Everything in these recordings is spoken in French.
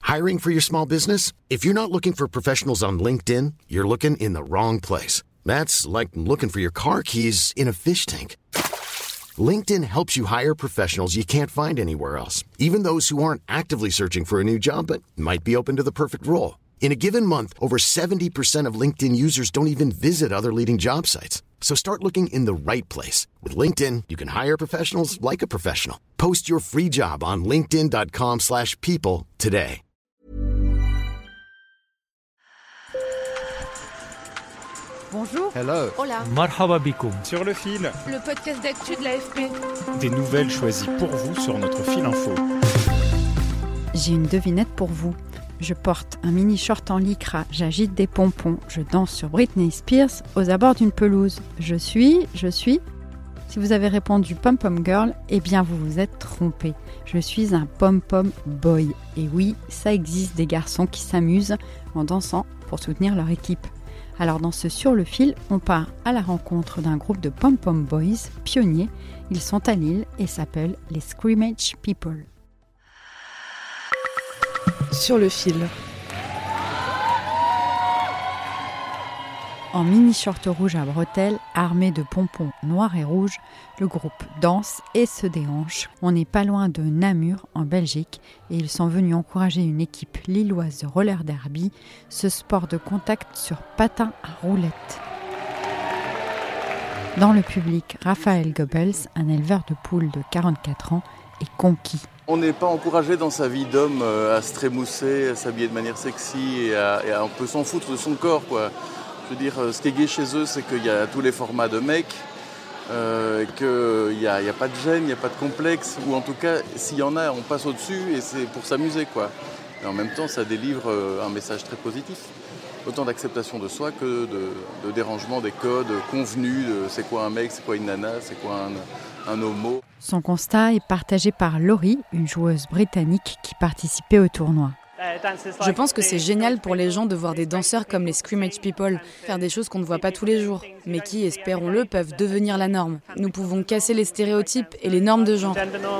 Hiring for your small business? If you're not looking for professionals on LinkedIn, you're looking in the wrong place. That's like looking for your car keys in a fish tank. LinkedIn helps you hire professionals you can't find anywhere else, even those who aren't actively searching for a new job but might be open to the perfect role. In a given month, over 70% of LinkedIn users don't even visit other leading job sites. So start looking in the right place. With LinkedIn, you can hire professionals like a professional. Post your free job on linkedin.com/people today. Bonjour. Hello. Hola. Marhaba bikoum. Sur le fil. Le podcast d'actu de l'AFP. Des nouvelles choisies pour vous sur notre fil info. J'ai une devinette pour vous. Je porte un mini short en lycra, j'agite des pompons, je danse sur Britney Spears aux abords d'une pelouse. Je suis... Si vous avez répondu pom-pom girl, eh bien vous vous êtes trompé. Je suis un pom-pom boy. Et oui, ça existe des garçons qui s'amusent en dansant pour soutenir leur équipe. Alors dans ce Sur le fil, on part à la rencontre d'un groupe de pom-pom boys pionniers. Ils sont à Lille et s'appellent les Scrimmage People. Sur le fil. En mini-short rouge à bretelles, armé de pompons noirs et rouges, le groupe danse et se déhanche. On n'est pas loin de Namur, en Belgique, et ils sont venus encourager une équipe lilloise de roller derby, ce sport de contact sur patins à roulettes. Dans le public, Raphaël Goebbels, un éleveur de poules de 44 ans, est conquis. On n'est pas encouragé dans sa vie d'homme à se trémousser, à s'habiller de manière sexy et à un peu s'en foutre de son corps, quoi. Je veux dire, ce qui est gai chez eux, c'est qu'il y a tous les formats de mecs, qu'il n'y a pas de gêne, il n'y a pas de complexe, ou en tout cas, s'il y en a, on passe au-dessus et c'est pour s'amuser, quoi. Et en même temps, ça délivre un message très positif. Autant d'acceptation de soi que de dérangement des codes convenus de c'est quoi un mec, c'est quoi une nana, c'est quoi un homo. Son constat est partagé par Laurie, une joueuse britannique qui participait au tournoi. Je pense que c'est génial pour les gens de voir des danseurs comme les Scrimmage People faire des choses qu'on ne voit pas tous les jours, mais qui, espérons-le, peuvent devenir la norme. Nous pouvons casser les stéréotypes et les normes de genre.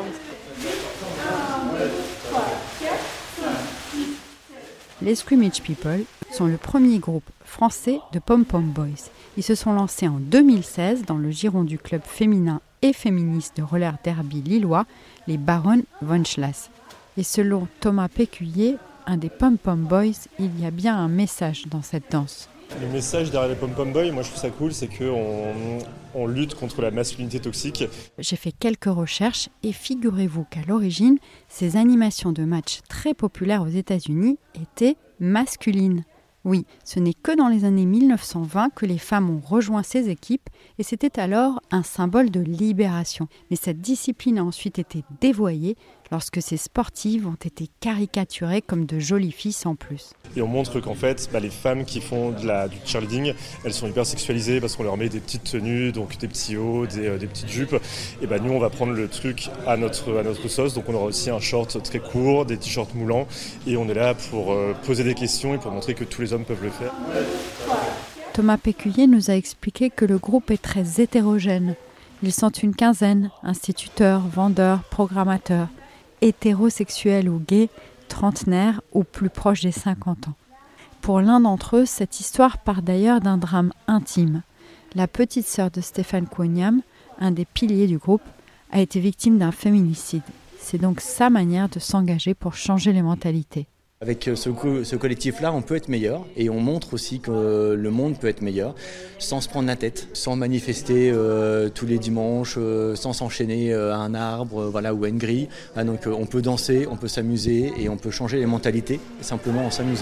Les Scrimmage People sont le premier groupe français de pom-pom boys. Ils se sont lancés en 2016 dans le giron du club féminin et féministe de roller derby lillois, les Baronnes von Schlass. Et selon Thomas Péculier, un des pom-pom boys, il y a bien un message dans cette danse. Le message derrière les pom-pom boys, moi je trouve ça cool, c'est qu'on lutte contre la masculinité toxique. J'ai fait quelques recherches et figurez-vous qu'à l'origine, ces animations de matchs très populaires aux États-Unis étaient masculines. Oui, ce n'est que dans les années 1920 que les femmes ont rejoint ces équipes et c'était alors un symbole de libération. Mais cette discipline a ensuite été dévoyée lorsque ces sportives ont été caricaturées comme de jolies filles sans plus. Et on montre qu'en fait, les femmes qui font du cheerleading, elles sont hyper sexualisées parce qu'on leur met des petites tenues, donc des petits hauts, des petites jupes. Et nous, on va prendre le truc à notre sauce. Donc on aura aussi un short très court, des t-shirts moulants. Et on est là pour poser des questions et pour montrer que tous les hommes peuvent le faire. Thomas Péculier nous a expliqué que le groupe est très hétérogène. Ils sont une quinzaine, instituteurs, vendeurs, programmateurs, hétérosexuels ou gays, trentenaires ou plus proches des 50 ans. Pour l'un d'entre eux, cette histoire part d'ailleurs d'un drame intime. La petite sœur de Stéphane Kouaniam, un des piliers du groupe, a été victime d'un féminicide. C'est donc sa manière de s'engager pour changer les mentalités. Avec ce collectif-là, on peut être meilleur et on montre aussi que le monde peut être meilleur sans se prendre la tête, sans manifester tous les dimanches, sans s'enchaîner à un arbre ou à une grille. Donc on peut danser, on peut s'amuser et on peut changer les mentalités simplement en s'amusant.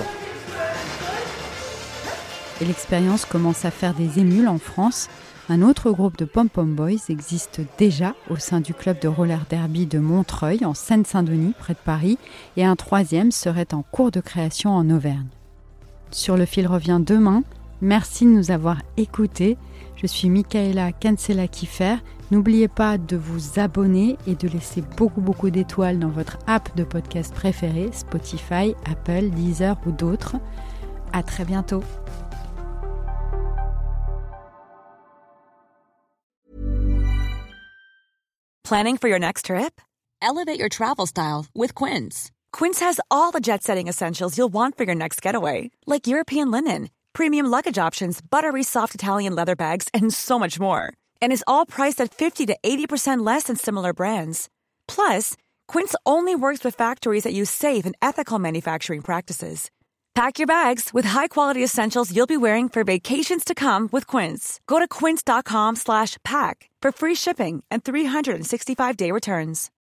Et l'expérience commence à faire des émules en France. Un autre groupe de pom-pom boys existe déjà au sein du club de roller derby de Montreuil, en Seine-Saint-Denis, près de Paris, et un troisième serait en cours de création en Auvergne. Sur le fil revient demain. Merci de nous avoir écoutés. Je suis Michaela Cancela-Kiffer. N'oubliez pas de vous abonner et de laisser beaucoup d'étoiles dans votre app de podcast préférée, Spotify, Apple, Deezer ou d'autres. À très bientôt. Planning for your next trip? Elevate your travel style with Quince. Quince has all the jet-setting essentials you'll want for your next getaway, like European linen, premium luggage options, buttery soft Italian leather bags, and so much more. And is all priced at 50 to 80% less than similar brands. Plus, Quince only works with factories that use safe and ethical manufacturing practices. Pack your bags with high-quality essentials you'll be wearing for vacations to come with Quince. Go to quince.com/pack for free shipping and 365-day returns.